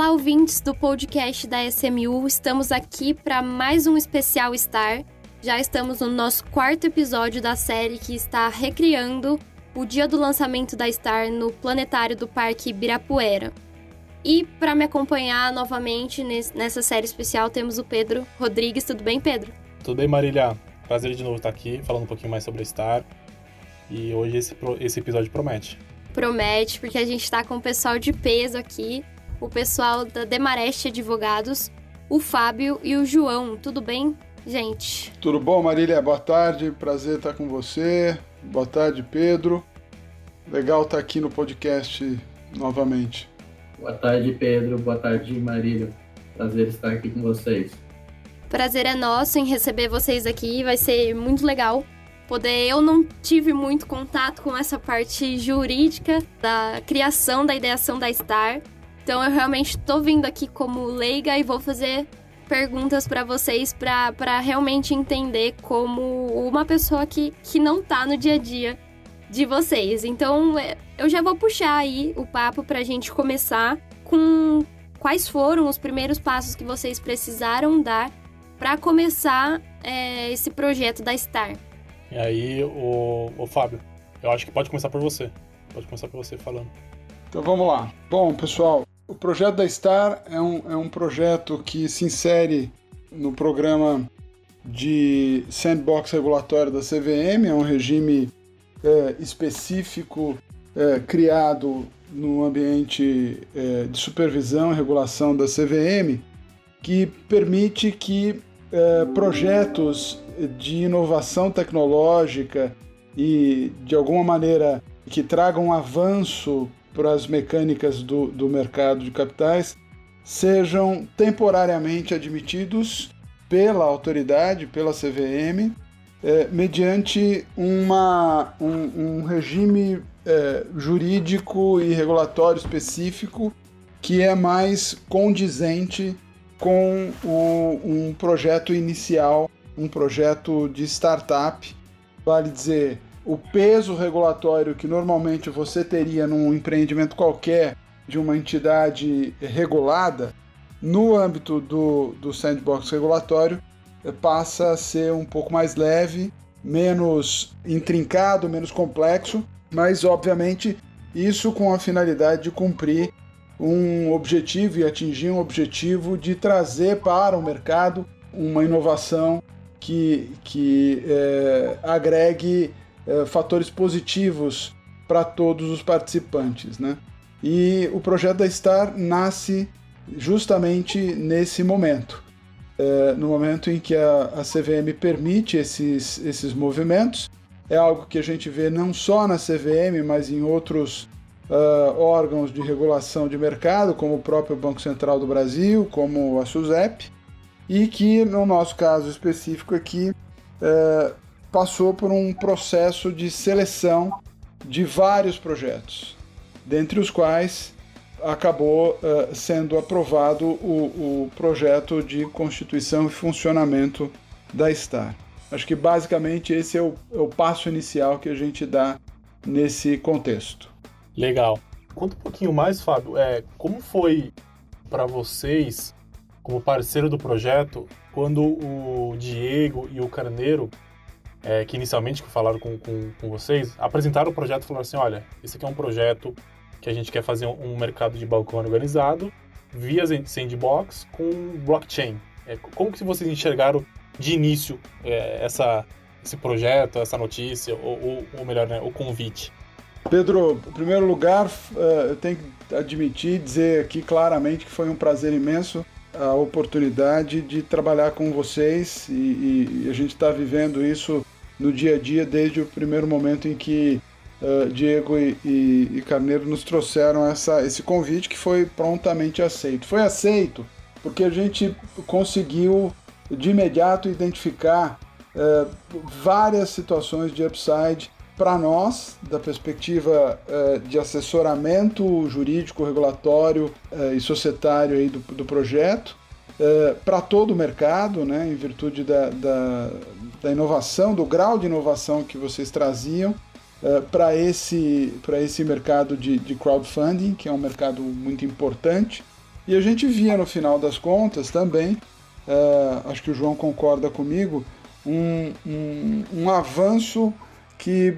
Olá, ouvintes do podcast da SMU. Estamos aqui para mais um especial Star. Já estamos no nosso 4º episódio da série que está recriando o dia do lançamento da Star no planetário do Parque Ibirapuera. E para me acompanhar novamente nessa série especial temos o Pedro Rodrigues. Tudo bem, Pedro? Tudo bem, Marília? Prazer de novo estar aqui, falando um pouquinho mais sobre a Star. E hoje esse episódio promete. Promete, porque a gente está com o pessoal de peso aqui. O pessoal da Demarest Advogados, o Fábio e o João. Tudo bem, gente? Tudo bom, Marília? Boa tarde, prazer estar com você. Boa tarde, Pedro. Legal estar aqui no podcast novamente. Boa tarde, Pedro. Boa tarde, Marília. Prazer estar aqui com vocês. Prazer é nosso em receber vocês aqui. Vai ser muito legal poder... Eu não tive muito contato com essa parte jurídica da criação, da ideação da Star. Então eu realmente estou vindo aqui como leiga e vou fazer perguntas para vocês para realmente entender como uma pessoa que não tá no dia a dia de vocês. Então eu já vou puxar aí o papo para a gente começar com quais foram os primeiros passos que vocês precisaram dar para começar esse projeto da Star. E aí, o Fábio, eu acho que pode começar por você. Pode começar por você falando. Então vamos lá. Bom, pessoal, o projeto da Star é um projeto que se insere no programa de sandbox regulatório da CVM, é um regime específico criado no ambiente de supervisão e regulação da CVM, que permite que projetos de inovação tecnológica e, de alguma maneira, que tragam um avanço para as mecânicas do mercado de capitais sejam temporariamente admitidos pela autoridade, pela CVM, mediante um regime jurídico e regulatório específico que é mais condizente com um projeto inicial, um projeto de startup, vale dizer, o peso regulatório que normalmente você teria num empreendimento qualquer de uma entidade regulada, no âmbito do sandbox regulatório, passa a ser um pouco mais leve, menos intrincado, menos complexo, mas, obviamente, isso com a finalidade de cumprir um objetivo e atingir um objetivo de trazer para o mercado uma inovação que agregue fatores positivos para todos os participantes, né? E o projeto da Star nasce justamente nesse momento, no momento em que a CVM permite esses movimentos. É algo que a gente vê não só na CVM, mas em outros órgãos de regulação de mercado, como o próprio Banco Central do Brasil, como a SUSEP, e que, no nosso caso específico aqui, passou por um processo de seleção de vários projetos, dentre os quais acabou sendo aprovado o projeto de constituição e funcionamento da Star. Acho que basicamente esse é o passo inicial que a gente dá nesse contexto. Legal. Conta um pouquinho mais, Fábio, como foi para vocês, como parceiro do projeto, quando o Diego e o Carneiro, que inicialmente falaram com vocês, apresentaram o projeto e falaram assim, olha, esse aqui é um projeto que a gente quer fazer um mercado de balcão organizado via sandbox com blockchain. Como que vocês enxergaram de início esse projeto, essa notícia, ou melhor, né, o convite? Pedro, em primeiro lugar, eu tenho que admitir e dizer aqui claramente que foi um prazer imenso a oportunidade de trabalhar com vocês e a gente está vivendo isso no dia a dia desde o primeiro momento em que Diego e Carneiro nos trouxeram esse convite, que foi prontamente aceito. Foi aceito porque a gente conseguiu de imediato identificar várias situações de upside para nós, da perspectiva de assessoramento jurídico, regulatório e societário aí do projeto, para todo o mercado, né, em virtude da inovação, do grau de inovação que vocês traziam, para esse mercado de crowdfunding, que é um mercado muito importante, E a gente via no final das contas também, acho que o João concorda comigo, um avanço que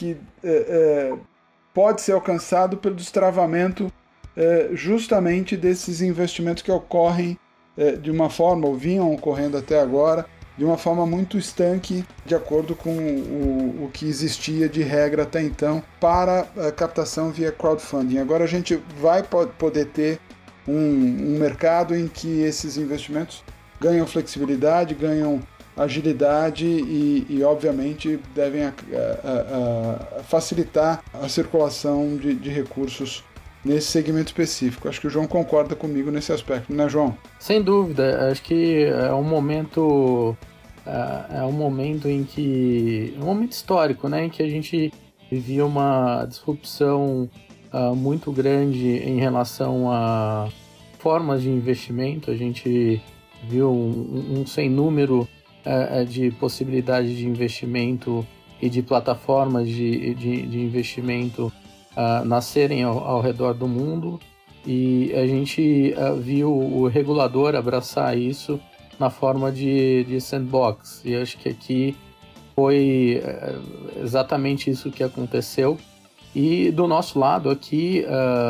pode ser alcançado pelo destravamento justamente desses investimentos que ocorrem de uma forma, ou vinham ocorrendo até agora, de uma forma muito estanque, de acordo com o que existia de regra até então para a captação via crowdfunding. Agora a gente vai poder ter um mercado em que esses investimentos ganham flexibilidade, ganham agilidade e obviamente, devem facilitar a circulação de recursos nesse segmento específico. Acho que o João concorda comigo nesse aspecto, né, João? Sem dúvida, acho que é um momento em que um momento histórico, né, em que a gente vivia uma disrupção muito grande em relação a formas de investimento. A gente viu um sem número de possibilidades de investimento e de plataformas de investimento nascerem ao redor do mundo, e a gente viu o regulador abraçar isso na forma de sandbox, e acho que aqui foi exatamente isso que aconteceu. E do nosso lado aqui,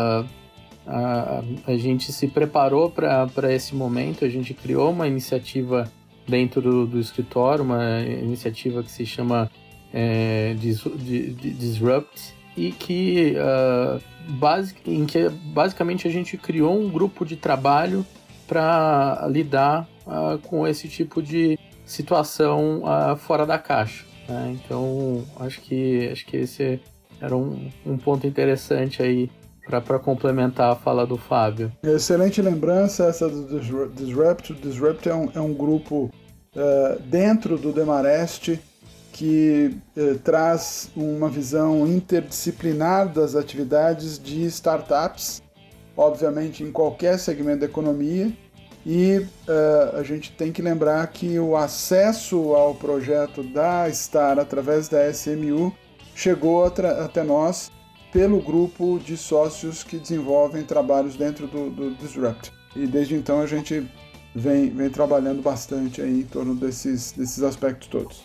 a gente se preparou para esse momento. A gente criou uma iniciativa dentro do escritório, uma iniciativa que se chama Disrupt, e que basicamente a gente criou um grupo de trabalho para lidar com esse tipo de situação fora da caixa, né? Então acho que esse era um ponto interessante aí para complementar a fala do Fábio. Excelente lembrança essa do Disrupt. O Disrupt é um grupo dentro do Demarest que traz uma visão interdisciplinar das atividades de startups, obviamente em qualquer segmento da economia, e a gente tem que lembrar que o acesso ao projeto da STAR através da SMU chegou até nós pelo grupo de sócios que desenvolvem trabalhos dentro do Disrupt. E desde então a gente vem trabalhando bastante aí em torno desses aspectos todos.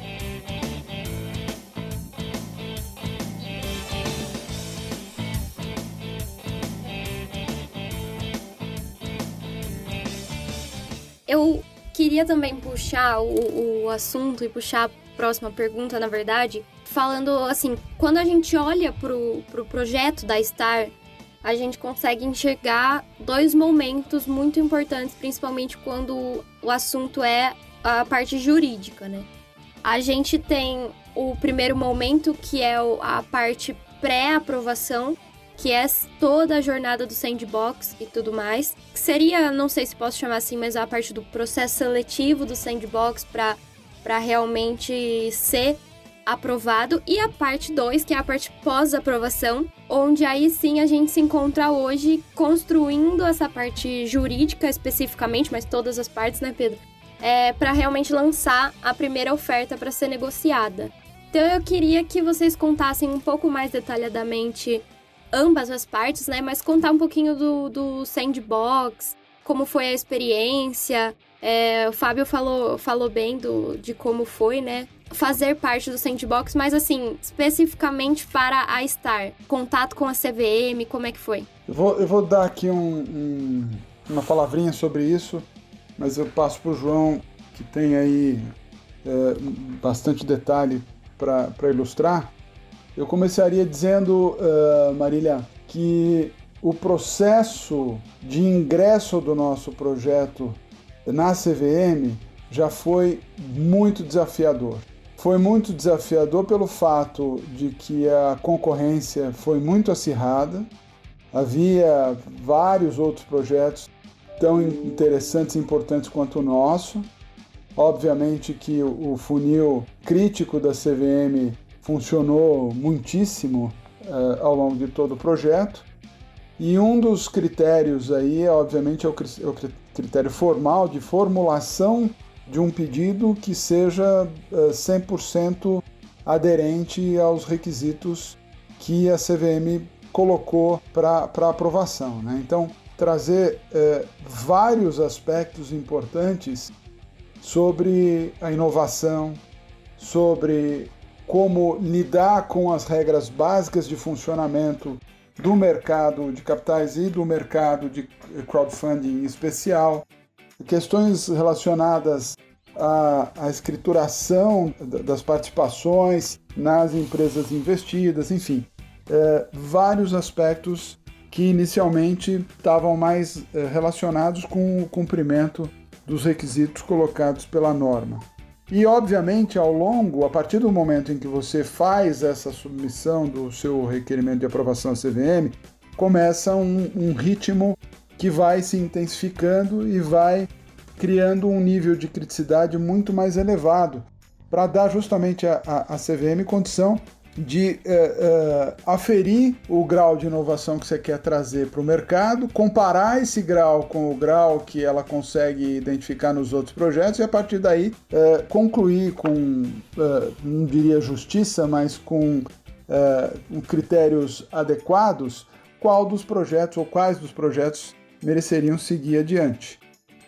Eu queria também puxar o assunto e puxar a próxima pergunta, na verdade, falando assim, quando a gente olha pro projeto da STAR, a gente consegue enxergar dois momentos muito importantes, principalmente quando o assunto é a parte jurídica, né? A gente tem o primeiro momento, que é a parte pré-aprovação, que é toda a jornada do sandbox e tudo mais. Que seria, não sei se posso chamar assim, mas a parte do processo seletivo do sandbox para realmente ser aprovado. E a parte 2, que é a parte pós-aprovação, onde aí sim a gente se encontra hoje construindo essa parte jurídica especificamente, mas todas as partes, né, Pedro? Para realmente lançar a primeira oferta para ser negociada. Então eu queria que vocês contassem um pouco mais detalhadamente ambas as partes, né? Mas contar um pouquinho do sandbox, como foi a experiência. O Fábio falou bem de como foi, né? Fazer parte do sandbox, mas assim, especificamente para a STAR. Contato com a CVM, como é que foi? Eu vou dar aqui uma palavrinha sobre isso, mas eu passo para o João, que tem aí bastante detalhe para ilustrar. Eu começaria dizendo, Marília, que o processo de ingresso do nosso projeto na CVM já foi muito desafiador. Foi muito desafiador pelo fato de que a concorrência foi muito acirrada. Havia vários outros projetos tão interessantes e importantes quanto o nosso. Obviamente que o funil crítico da CVM funcionou muitíssimo ao longo de todo o projeto, e um dos critérios aí, obviamente, é o critério formal de formulação de um pedido que seja 100% aderente aos requisitos que a CVM colocou para aprovação, né? Então, trazer vários aspectos importantes sobre a inovação, sobre como lidar com as regras básicas de funcionamento do mercado de capitais e do mercado de crowdfunding em especial, questões relacionadas à escrituração das participações nas empresas investidas, enfim, vários aspectos que inicialmente estavam mais relacionados com o cumprimento dos requisitos colocados pela norma. E, obviamente, a partir do momento em que você faz essa submissão do seu requerimento de aprovação à CVM, começa um ritmo que vai se intensificando e vai criando um nível de criticidade muito mais elevado, para dar justamente à CVM condição de aferir o grau de inovação que você quer trazer para o mercado, comparar esse grau com o grau que ela consegue identificar nos outros projetos e, a partir daí, concluir com, não diria justiça, mas com critérios adequados, qual dos projetos ou quais dos projetos mereceriam seguir adiante.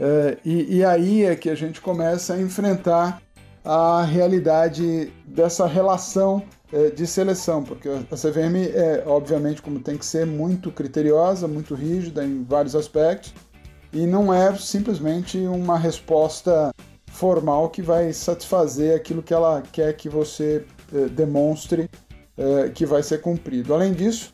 E aí é que a gente começa a enfrentar a realidade dessa relação de seleção, porque a CVM obviamente, como tem que ser, muito criteriosa, muito rígida em vários aspectos, e não é simplesmente uma resposta formal que vai satisfazer aquilo que ela quer que você demonstre que vai ser cumprido. Além disso,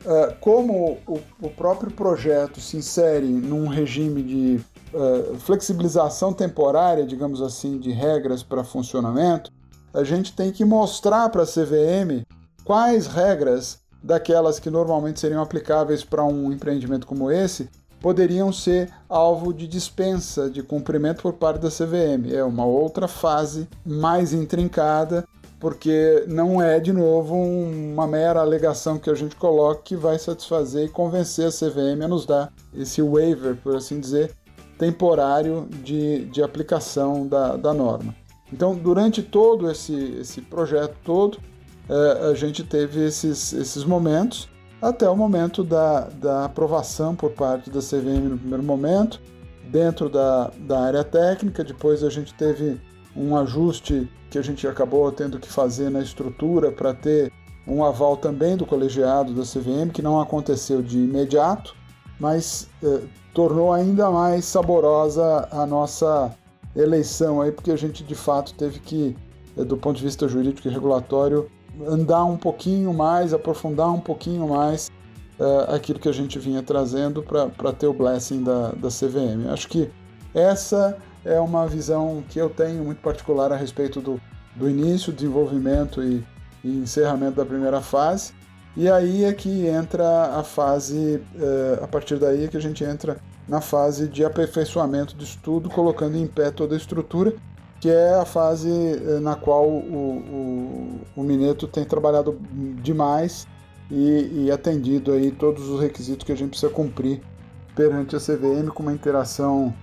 como o próprio projeto se insere num regime de flexibilização temporária, digamos assim, de regras para funcionamento, a gente tem que mostrar para a CVM quais regras daquelas que normalmente seriam aplicáveis para um empreendimento como esse poderiam ser alvo de dispensa de cumprimento por parte da CVM. É uma outra fase mais intrincada, porque não é, de novo, uma mera alegação que a gente coloca que vai satisfazer e convencer a CVM a nos dar esse waiver, por assim dizer, temporário de aplicação da norma. Então, durante todo esse projeto todo, a gente teve esses momentos, até o momento da aprovação por parte da CVM no primeiro momento, dentro da área técnica. Depois a gente teve um ajuste que a gente acabou tendo que fazer na estrutura para ter um aval também do colegiado da CVM, que não aconteceu de imediato, mas tornou ainda mais saborosa a nossa eleição aí, porque a gente de fato teve que, do ponto de vista jurídico e regulatório, andar um pouquinho mais, aprofundar um pouquinho mais aquilo que a gente vinha trazendo para ter o blessing da CVM. Acho que essa é uma visão que eu tenho muito particular a respeito do início, desenvolvimento e encerramento da primeira fase. E aí é que entra a fase, a partir daí é que a gente entra na fase de aperfeiçoamento do estudo, colocando em pé toda a estrutura, que é a fase na qual o Mineto tem trabalhado demais e atendido aí todos os requisitos que a gente precisa cumprir perante a CVM, com uma interação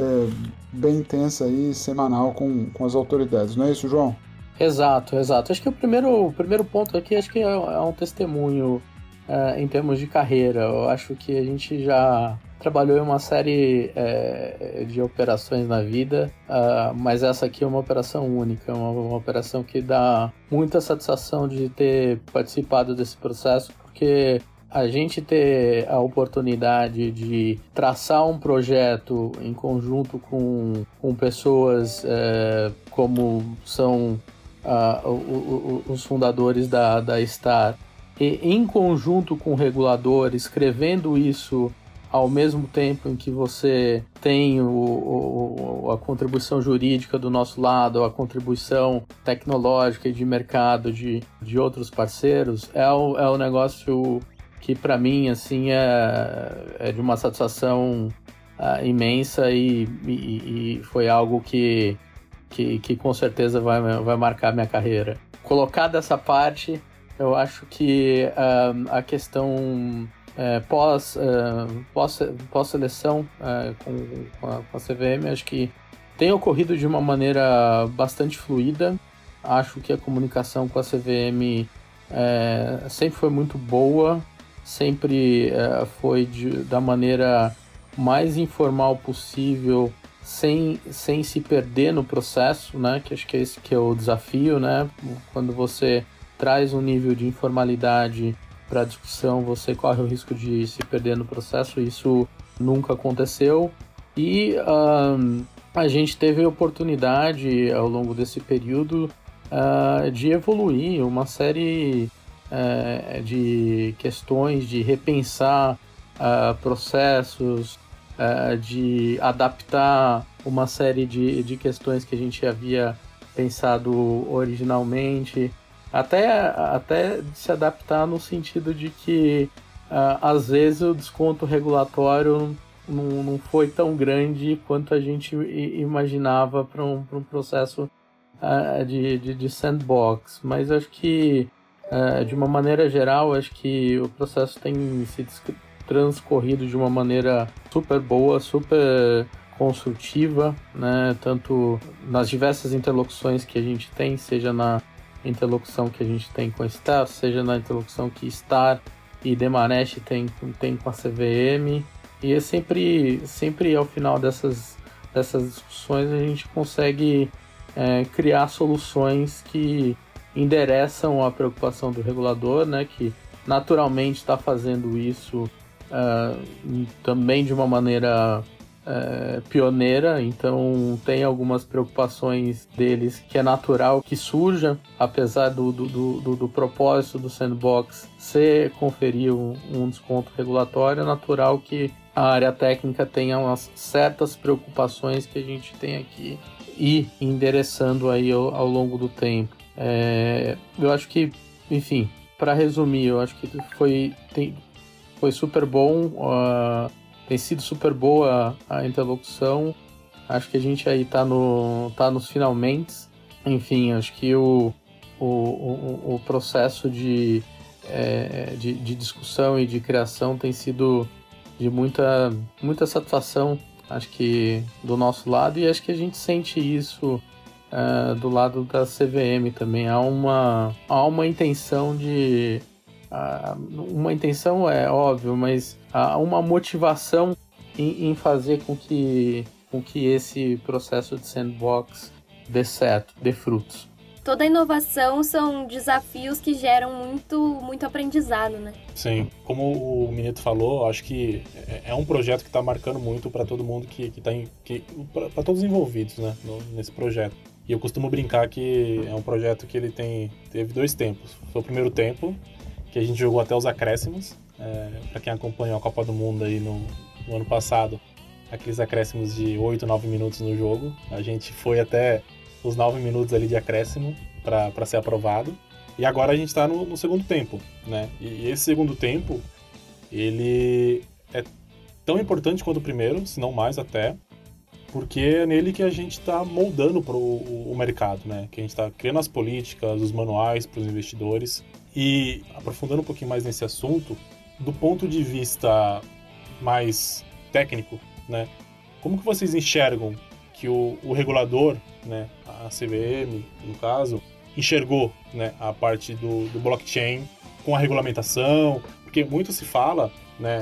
bem intensa e semanal com as autoridades. Não é isso, João? Exato. Acho que o primeiro ponto aqui acho que é um testemunho em termos de carreira. Eu acho que a gente já trabalhou em uma série de operações na vida, mas essa aqui é uma operação única, uma operação que dá muita satisfação de ter participado desse processo, porque a gente ter a oportunidade de traçar um projeto em conjunto com pessoas como são os fundadores da Star, e em conjunto com o regulador, escrevendo isso ao mesmo tempo em que você tem a contribuição jurídica do nosso lado, a contribuição tecnológica e de mercado de outros parceiros, é um negócio que para mim assim é de uma satisfação imensa e foi algo que com certeza vai marcar minha carreira. Colocada essa parte, eu acho que a questão pós-seleção com a CVM, acho que tem ocorrido de uma maneira bastante fluida. Acho que a comunicação com a CVM sempre foi muito boa, sempre foi da maneira mais informal possível, sem se perder no processo, né? Que acho que esse que é o desafio, né? Quando você traz um nível de informalidade para a discussão, você corre o risco de se perder no processo. Isso nunca aconteceu. E a gente teve a oportunidade, ao longo desse período, de evoluir uma série de questões, de repensar processos, de adaptar uma série de questões que a gente havia pensado originalmente, até se adaptar no sentido de que às vezes o desconto regulatório não foi tão grande quanto a gente imaginava para um processo de sandbox, mas acho que de uma maneira geral, acho que o processo tem se transcorrido de uma maneira super boa, super construtiva, né? Tanto nas diversas interlocuções que a gente tem, seja na interlocução que a gente tem com a Star, seja na interlocução que Star e Demanesh tem com a CVM, e é sempre ao final dessas discussões a gente consegue criar soluções que endereçam a preocupação do regulador, né, que naturalmente está fazendo isso também de uma maneira pioneira, então tem algumas preocupações deles que é natural que surja, apesar do propósito do sandbox ser conferir um desconto regulatório, é natural que a área técnica tenha umas certas preocupações que a gente tem aqui e endereçando aí ao longo do tempo. Eu acho que, enfim, para resumir, eu acho que foi super bom, tem sido super boa a interlocução. Acho que a gente aí tá nos finalmente. Enfim, acho que o processo de discussão e de criação tem sido de muita satisfação, acho que do nosso lado, e acho que a gente sente isso do lado da CVM também. Há uma intenção de... uma intenção é óbvio, mas há uma motivação em fazer com que esse processo de sandbox dê certo, dê frutos. Toda inovação são desafios que geram muito aprendizado, né? Sim, como o Mineto falou, acho que é um projeto que está marcando muito para todo mundo para todos os envolvidos, né, nesse projeto. E eu costumo brincar que é um projeto que ele teve 2 tempos. Foi o primeiro tempo, que a gente jogou até os acréscimos. Para quem acompanhou a Copa do Mundo aí no ano passado, aqueles acréscimos de 8, 9 minutos no jogo. A gente foi até os 9 minutos ali de acréscimo para ser aprovado. E agora a gente está no segundo tempo, né? E esse segundo tempo, ele é tão importante quanto o primeiro, se não mais até, porque é nele que a gente está moldando o mercado, né? Que a gente está criando as políticas, os manuais para os investidores. E aprofundando um pouquinho mais nesse assunto, do ponto de vista mais técnico, né? Como que vocês enxergam que o regulador, né, a CVM, no caso, enxergou, né, a parte do blockchain com a regulamentação? Porque muito se fala, né,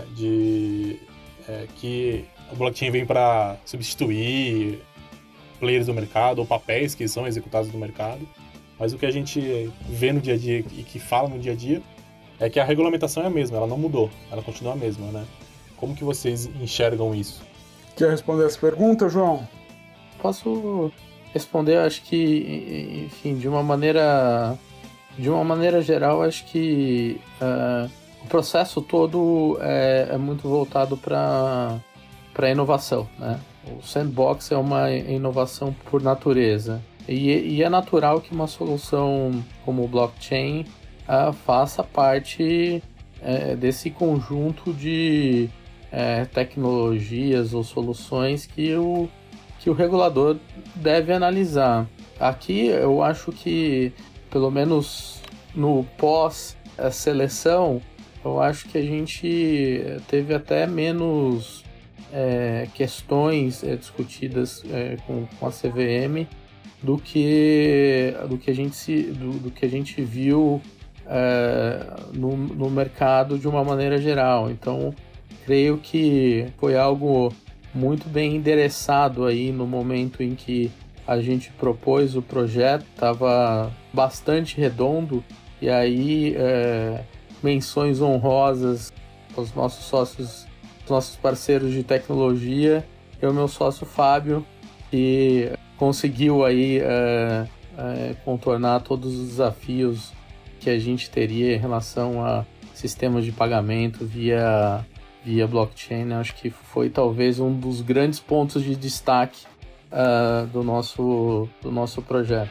que o blockchain vem para substituir players do mercado ou papéis que são executados no mercado. Mas o que a gente vê no dia a dia e que fala no dia a dia é que a regulamentação é a mesma, ela não mudou, ela continua a mesma, né? Como que vocês enxergam isso? Quer responder essa pergunta, João? Posso responder, acho que, enfim, de uma maneira geral, acho que o processo todo é muito voltado para a inovação, né? O sandbox é uma inovação por natureza. E é natural que uma solução como o blockchain faça parte desse conjunto de tecnologias ou soluções que o regulador deve analisar. Aqui eu acho que, pelo menos no pós-seleção, eu acho que a gente teve até menos questões discutidas com a CVM do que a gente viu no mercado de uma maneira geral. Então, creio que foi algo muito bem endereçado aí no momento em que a gente propôs o projeto, estava bastante redondo, e aí menções honrosas aos nossos sócios, nossos parceiros de tecnologia, e o meu sócio Fábio, que conseguiu aí contornar todos os desafios que a gente teria em relação a sistemas de pagamento via blockchain. Acho que foi talvez um dos grandes pontos de destaque do nosso projeto.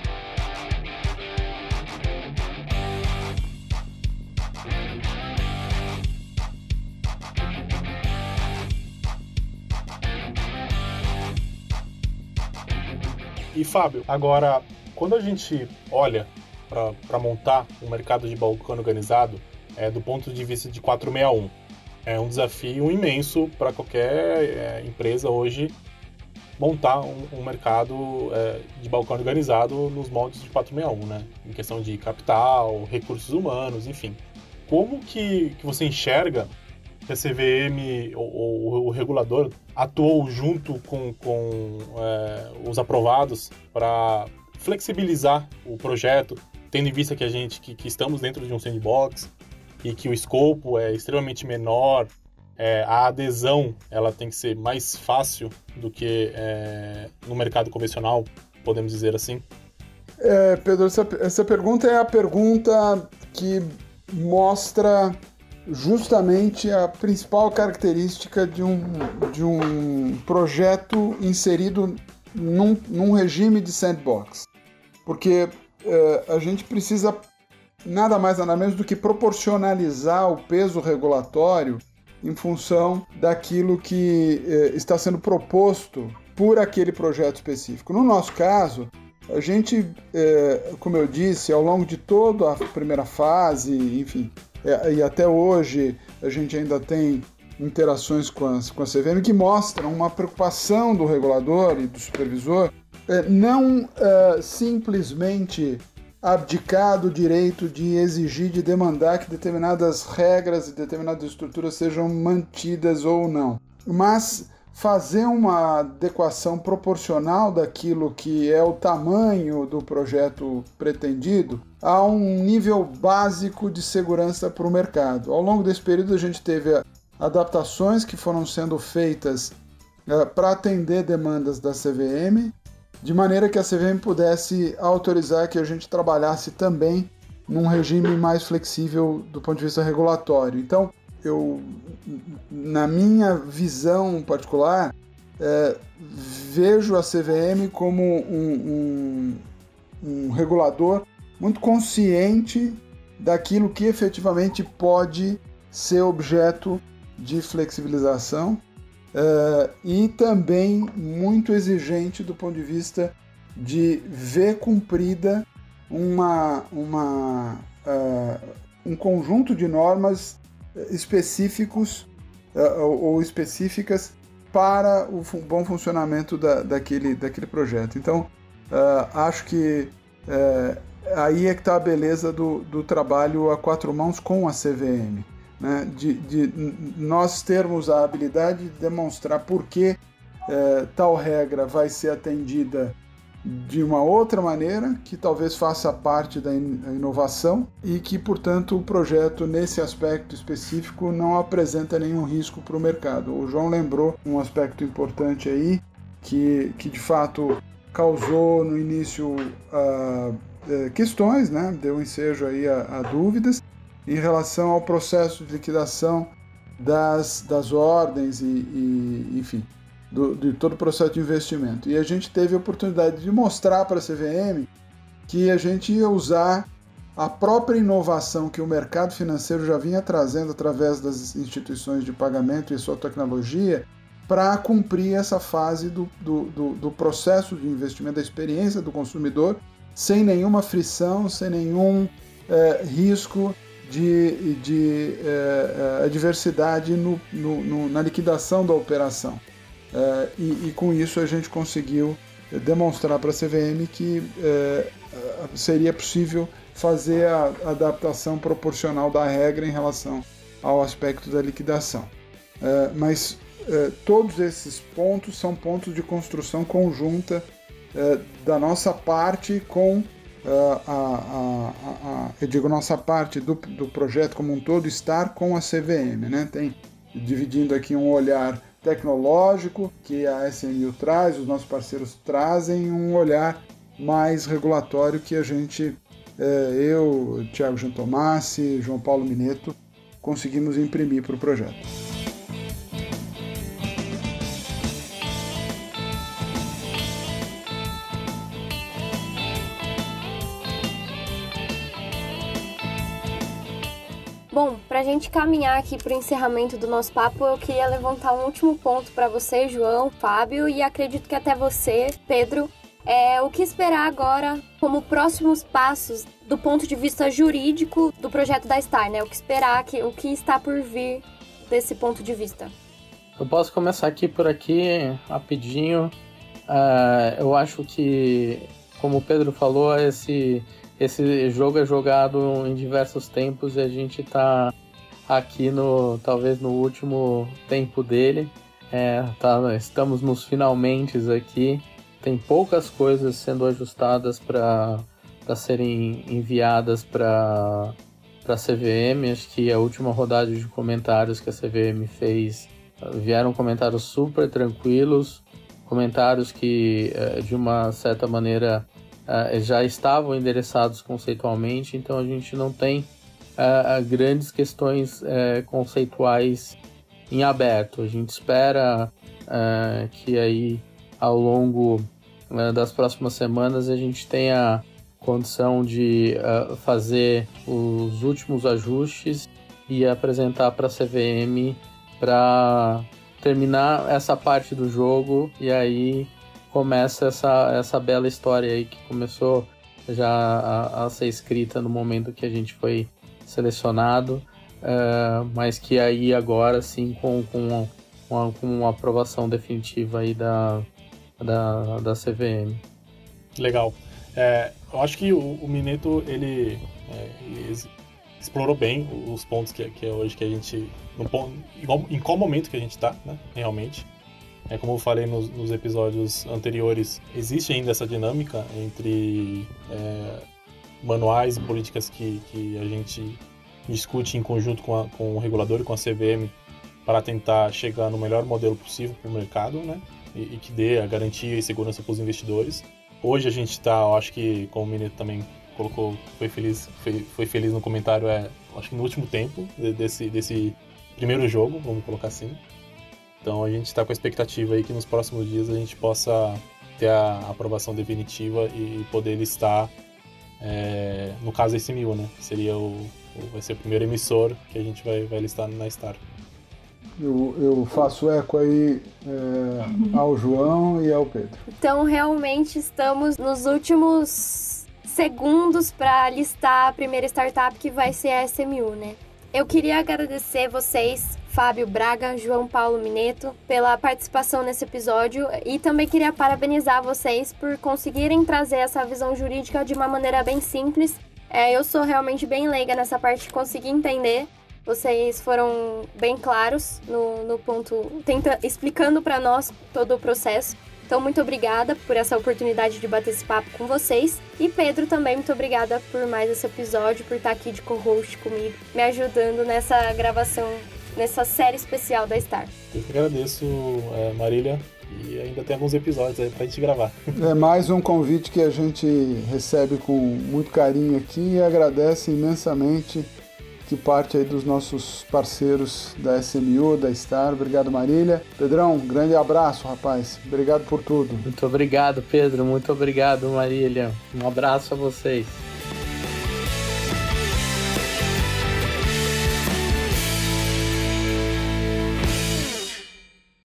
E Fábio, agora, quando a gente olha para montar um mercado de balcão organizado, do ponto de vista de 461, é um desafio imenso para qualquer empresa hoje montar um mercado de balcão organizado nos moldes de 461, né? Em questão de capital, recursos humanos, enfim. Como que você enxerga que a CVM ou o regulador atuou junto com os aprovados para flexibilizar o projeto, tendo em vista que estamos dentro de um sandbox e que o escopo é extremamente menor, a adesão ela tem que ser mais fácil do que no mercado convencional, podemos dizer assim? Pedro, essa pergunta é a pergunta que mostra justamente a principal característica de um projeto inserido num regime de sandbox. Porque a gente precisa nada mais nada menos do que proporcionalizar o peso regulatório em função daquilo que está sendo proposto por aquele projeto específico. No nosso caso, a gente, como eu disse, ao longo de toda a primeira fase, enfim, e até hoje a gente ainda tem interações com a CVM que mostram uma preocupação do regulador e do supervisor não simplesmente abdicar do direito de exigir, de demandar que determinadas regras e determinadas estruturas sejam mantidas ou não, mas fazer uma adequação proporcional daquilo que é o tamanho do projeto pretendido a um nível básico de segurança para o mercado. Ao longo desse período a gente teve adaptações que foram sendo feitas para atender demandas da CVM, de maneira que a CVM pudesse autorizar que a gente trabalhasse também num regime mais flexível do ponto de vista regulatório. Então, na minha visão particular, vejo a CVM como um regulador muito consciente daquilo que efetivamente pode ser objeto de flexibilização e também muito exigente do ponto de vista de ver cumprida um conjunto de normas específicos ou específicas para o bom funcionamento daquele projeto. Então, acho que aí é que está a beleza do trabalho a quatro mãos com a CVM, né? De nós termos a habilidade de demonstrar por que tal regra vai ser atendida de uma outra maneira, que talvez faça parte da inovação e que, portanto, o projeto, nesse aspecto específico, não apresenta nenhum risco para o mercado. O João lembrou um aspecto importante aí, que de fato causou no início questões, né? Deu ensejo aí a dúvidas em relação ao processo de liquidação das ordens enfim, de todo o processo de investimento. E a gente teve a oportunidade de mostrar para a CVM que a gente ia usar a própria inovação que o mercado financeiro já vinha trazendo através das instituições de pagamento e sua tecnologia para cumprir essa fase do processo de investimento, da experiência do consumidor, sem nenhuma frição, sem nenhum risco de adversidade na liquidação da operação. E com isso a gente conseguiu demonstrar para a CVM que seria possível fazer a adaptação proporcional da regra em relação ao aspecto da liquidação. Mas todos esses pontos são pontos de construção conjunta da nossa parte com eu digo nossa parte do projeto como um todo, estar com a CVM, né? Dividindo aqui um olhar tecnológico que a SMU traz, os nossos parceiros trazem, um olhar mais regulatório que a gente, eu, Thiago Giantomassi, João Paulo Mineto, conseguimos imprimir para o projeto. Bom, para a gente caminhar aqui para o encerramento do nosso papo, eu queria levantar um último ponto para você, João, Fábio, e acredito que até você, Pedro. O que esperar agora como próximos passos do ponto de vista jurídico do projeto da Star, né? O que esperar, o que está por vir desse ponto de vista? Eu posso começar aqui rapidinho. Eu acho que, como o Pedro falou, esse jogo é jogado em diversos tempos e a gente está aqui talvez no último tempo dele. Estamos nos finalmente aqui. Tem poucas coisas sendo ajustadas para serem enviadas para a CVM. Acho que a última rodada de comentários que a CVM fez vieram comentários super tranquilos, comentários que de uma certa maneira já estavam endereçados conceitualmente, então a gente não tem grandes questões conceituais em aberto. A gente espera que aí ao longo das próximas semanas a gente tenha condição de fazer os últimos ajustes e apresentar para a CVM para terminar essa parte do jogo, e aí começa essa bela história aí que começou já a ser escrita no momento que a gente foi selecionado, mas que aí agora sim com uma aprovação definitiva aí da CVM. Legal. Eu acho que o Mineto ele explorou bem os pontos que hoje que a gente... em qual momento que a gente está, né, realmente. Como eu falei nos episódios anteriores, existe ainda essa dinâmica entre manuais e políticas que a gente discute em conjunto com o regulador e com a CVM para tentar chegar no melhor modelo possível para o mercado, né? E que dê a garantia e segurança para os investidores. Hoje a gente está, acho que, como o Mineto também colocou, foi feliz no comentário, acho que no último tempo desse primeiro jogo, vamos colocar assim. Então a gente está com a expectativa aí que nos próximos dias a gente possa ter a aprovação definitiva e poder listar, no caso a SMU, né? Vai ser o primeiro emissor que a gente vai listar na Star. Eu faço eco aí ao João e ao Pedro. Então realmente estamos nos últimos segundos para listar a primeira startup, que vai ser a SMU, né? Eu queria agradecer vocês, Fábio Braga, João Paulo Mineto, pela participação nesse episódio, e também queria parabenizar vocês por conseguirem trazer essa visão jurídica de uma maneira bem simples. Eu sou realmente bem leiga nessa parte, consegui entender. Vocês foram bem claros no ponto, explicando para nós todo o processo. Então, muito obrigada por essa oportunidade de bater esse papo com vocês. E Pedro também, muito obrigada por mais esse episódio, por estar aqui de co-host comigo, me ajudando nessa gravação, nessa série especial da Star. Eu que agradeço, Marília, e ainda tem alguns episódios aí pra gente gravar. É mais um convite que a gente recebe com muito carinho aqui e agradece imensamente, que parte aí dos nossos parceiros da SMU, da Star. Obrigado, Marília. Pedrão, grande abraço, rapaz. Obrigado por tudo. Muito obrigado, Pedro. Muito obrigado, Marília. Um abraço a vocês.